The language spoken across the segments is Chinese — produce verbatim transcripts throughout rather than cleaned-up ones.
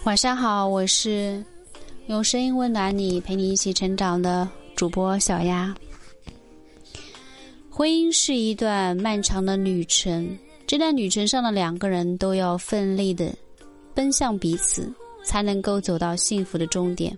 晚上好，我是用声音温暖你，陪你一起成长的主播小丫。婚姻是一段漫长的旅程，这段旅程上的两个人都要奋力的奔向彼此，才能够走到幸福的终点。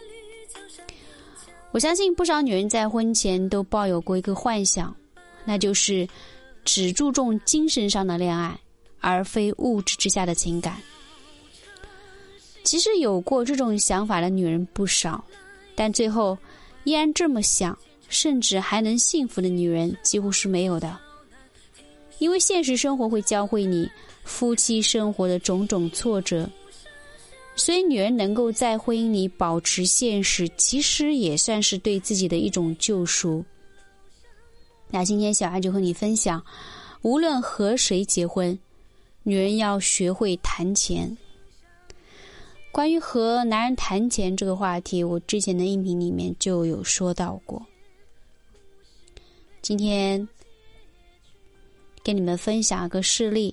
我相信不少女人在婚前都抱有过一个幻想，那就是只注重精神上的恋爱，而非物质之下的情感。其实有过这种想法的女人不少，但最后依然这么想，甚至还能幸福的女人几乎是没有的。因为现实生活会教会你夫妻生活的种种挫折，所以女人能够在婚姻里保持现实，其实也算是对自己的一种救赎。那今天小孩就和你分享，无论和谁结婚，女人要学会谈钱。关于和男人谈钱这个话题，我之前的音频里面就有说到过。今天跟你们分享一个事例。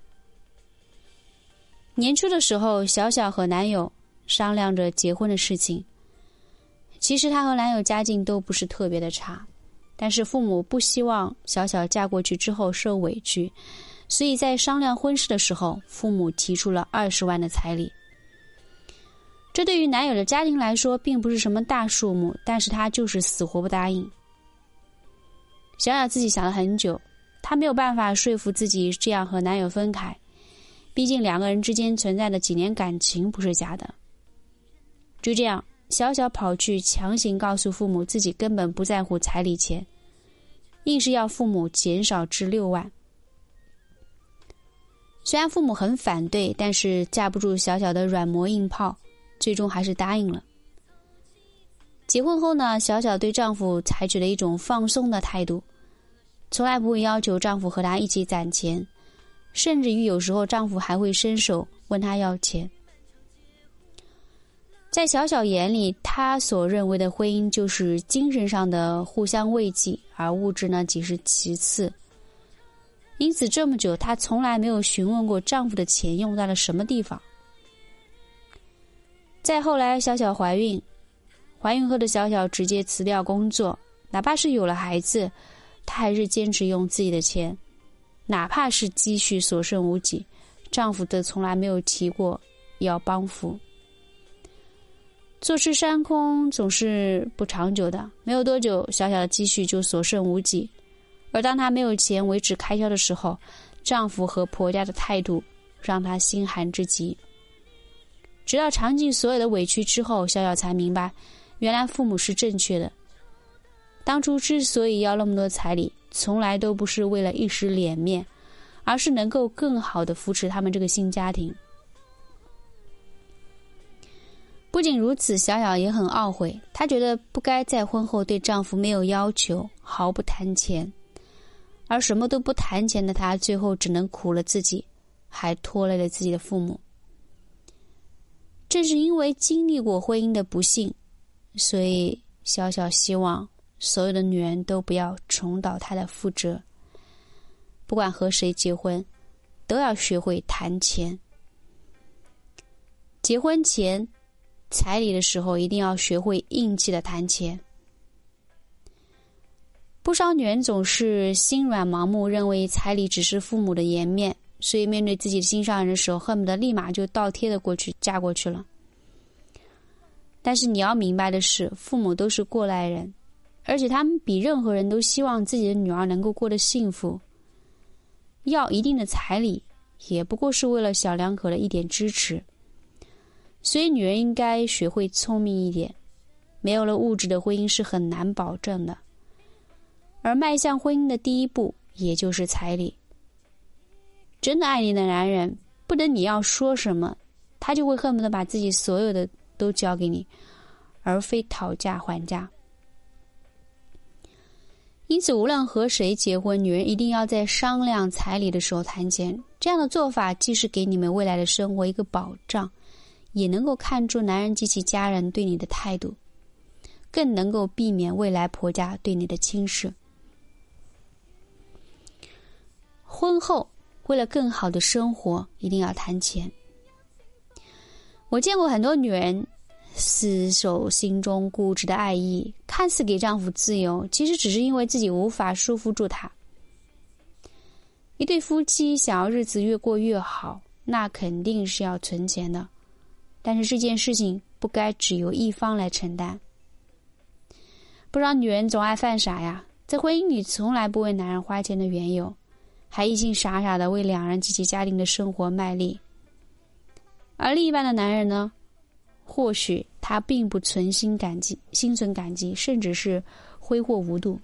年初的时候，小小和男友商量着结婚的事情。其实她和男友家境都不是特别的差，但是父母不希望小小嫁过去之后受委屈，所以在商量婚事的时候，父母提出了二十万的彩礼。这对于男友的家庭来说并不是什么大数目，但是他就是死活不答应。小小自己想了很久，她没有办法说服自己这样和男友分开，毕竟两个人之间存在的几年感情不是假的。就这样，小小跑去强行告诉父母自己根本不在乎彩礼钱，硬是要父母减少至六万。虽然父母很反对，但是架不住小小的软磨硬泡，最终还是答应了。结婚后呢，小小对丈夫采取了一种放松的态度，从来不会要求丈夫和她一起攒钱，甚至于有时候丈夫还会伸手问她要钱。在小小眼里，她所认为的婚姻就是精神上的互相慰藉，而物质呢只是其次。因此这么久，她从来没有询问过丈夫的钱用在了什么地方。再后来，小小怀孕，怀孕后的小小直接辞掉工作，哪怕是有了孩子，她还是坚持用自己的钱，哪怕是积蓄所剩无几，丈夫则从来没有提过要帮扶。坐吃山空总是不长久的，没有多久，小小的积蓄就所剩无几。而当她没有钱维持开销的时候，丈夫和婆家的态度让她心寒至极。直到尝尽所有的委屈之后，小小才明白，原来父母是正确的。当初之所以要那么多彩礼，从来都不是为了一时脸面，而是能够更好地扶持他们这个新家庭。不仅如此，小小也很懊悔，她觉得不该在婚后对丈夫没有要求，毫不谈钱。而什么都不谈钱的她，最后只能苦了自己，还拖累了自己的父母。正是因为经历过婚姻的不幸，所以小小希望所有的女人都不要重蹈她的覆辙。不管和谁结婚，都要学会谈钱。结婚前彩礼的时候，一定要学会硬气的谈钱。不少女人总是心软盲目，认为彩礼只是父母的颜面，所以面对自己的心上人的时候，恨不得立马就倒贴的过去嫁过去了。但是你要明白的是，父母都是过来人，而且他们比任何人都希望自己的女儿能够过得幸福。要一定的彩礼，也不过是为了小两口的一点支持。所以女人应该学会聪明一点，没有了物质的婚姻是很难保证的。而迈向婚姻的第一步，也就是彩礼。真的爱你的男人，不等你要说什么，他就会恨不得把自己所有的都交给你，而非讨价还价。因此无论和谁结婚，女人一定要在商量彩礼的时候谈钱。这样的做法既是给你们未来的生活一个保障，也能够看出男人及其家人对你的态度，更能够避免未来婆家对你的轻视。婚后为了更好的生活，一定要谈钱。 我见过很多女人死守心中固执的爱意，看似给丈夫自由，其实只是因为自己无法束缚住他。一对夫妻想要日子越过越好，那肯定是要存钱的，但是这件事情不该只由一方来承担。不知道女人总爱犯傻呀，在婚姻里从来不为男人花钱的缘由，还一心傻傻的为两人及其家庭的生活卖力。而另一半的男人呢，或许他并不存心感激，心存感激，甚至是挥霍无度。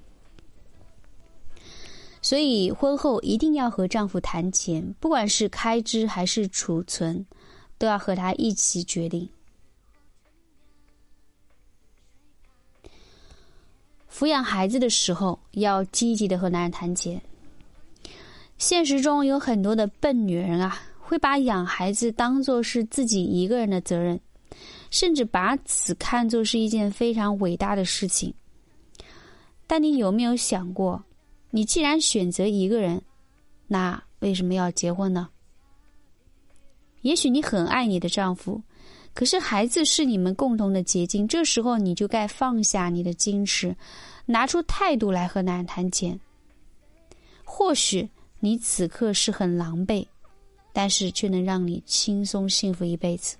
所以婚后一定要和丈夫谈钱，不管是开支还是储存，都要和他一起决定。抚养孩子的时候，要积极的和男人谈钱。现实中有很多的笨女人啊，会把养孩子当作是自己一个人的责任，甚至把此看作是一件非常伟大的事情。但你有没有想过，你既然选择一个人，那为什么要结婚呢？也许你很爱你的丈夫，可是孩子是你们共同的结晶，这时候你就该放下你的矜持，拿出态度来和男人谈钱。或许你此刻是很狼狈，但是却能让你轻松幸福一辈子。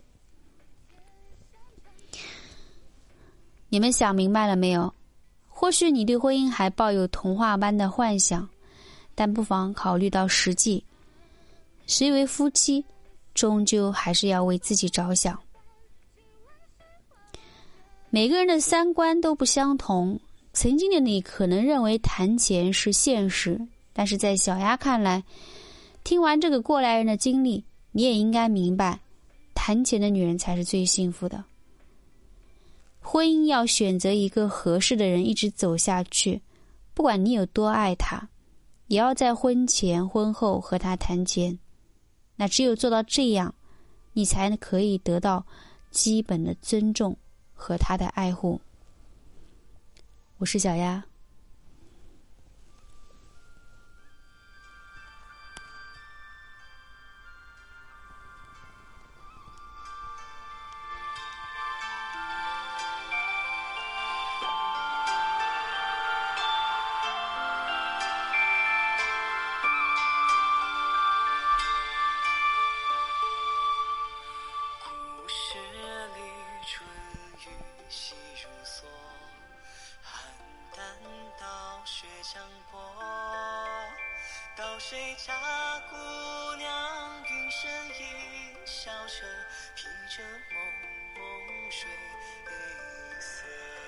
你们想明白了没有？或许你对婚姻还抱有童话般的幻想，但不妨考虑到实际，谁为夫妻，终究还是要为自己着想。每个人的三观都不相同，曾经的你可能认为谈钱是现实，但是在小丫看来，听完这个过来人的经历，你也应该明白，谈钱的女人才是最幸福的。婚姻要选择一个合适的人一直走下去，不管你有多爱他，也要在婚前婚后和他谈钱。那只有做到这样，你才可以得到基本的尊重和他的爱护。我是小丫。 到谁家姑娘云深一笑着，披着蒙蒙睡一色。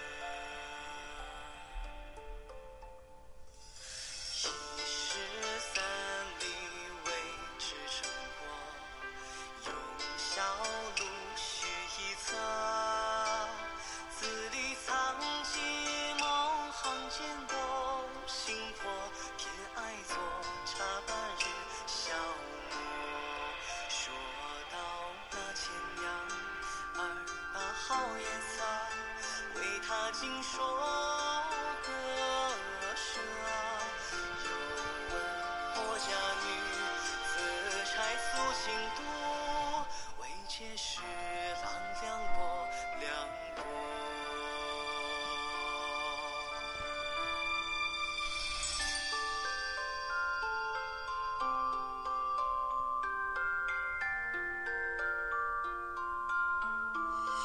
一十三里为之成过，用小路须一策。字里藏几梦，行间都星火，偏爱做茶半日消磨。说到那千阳，二把好颜色，为他尽说。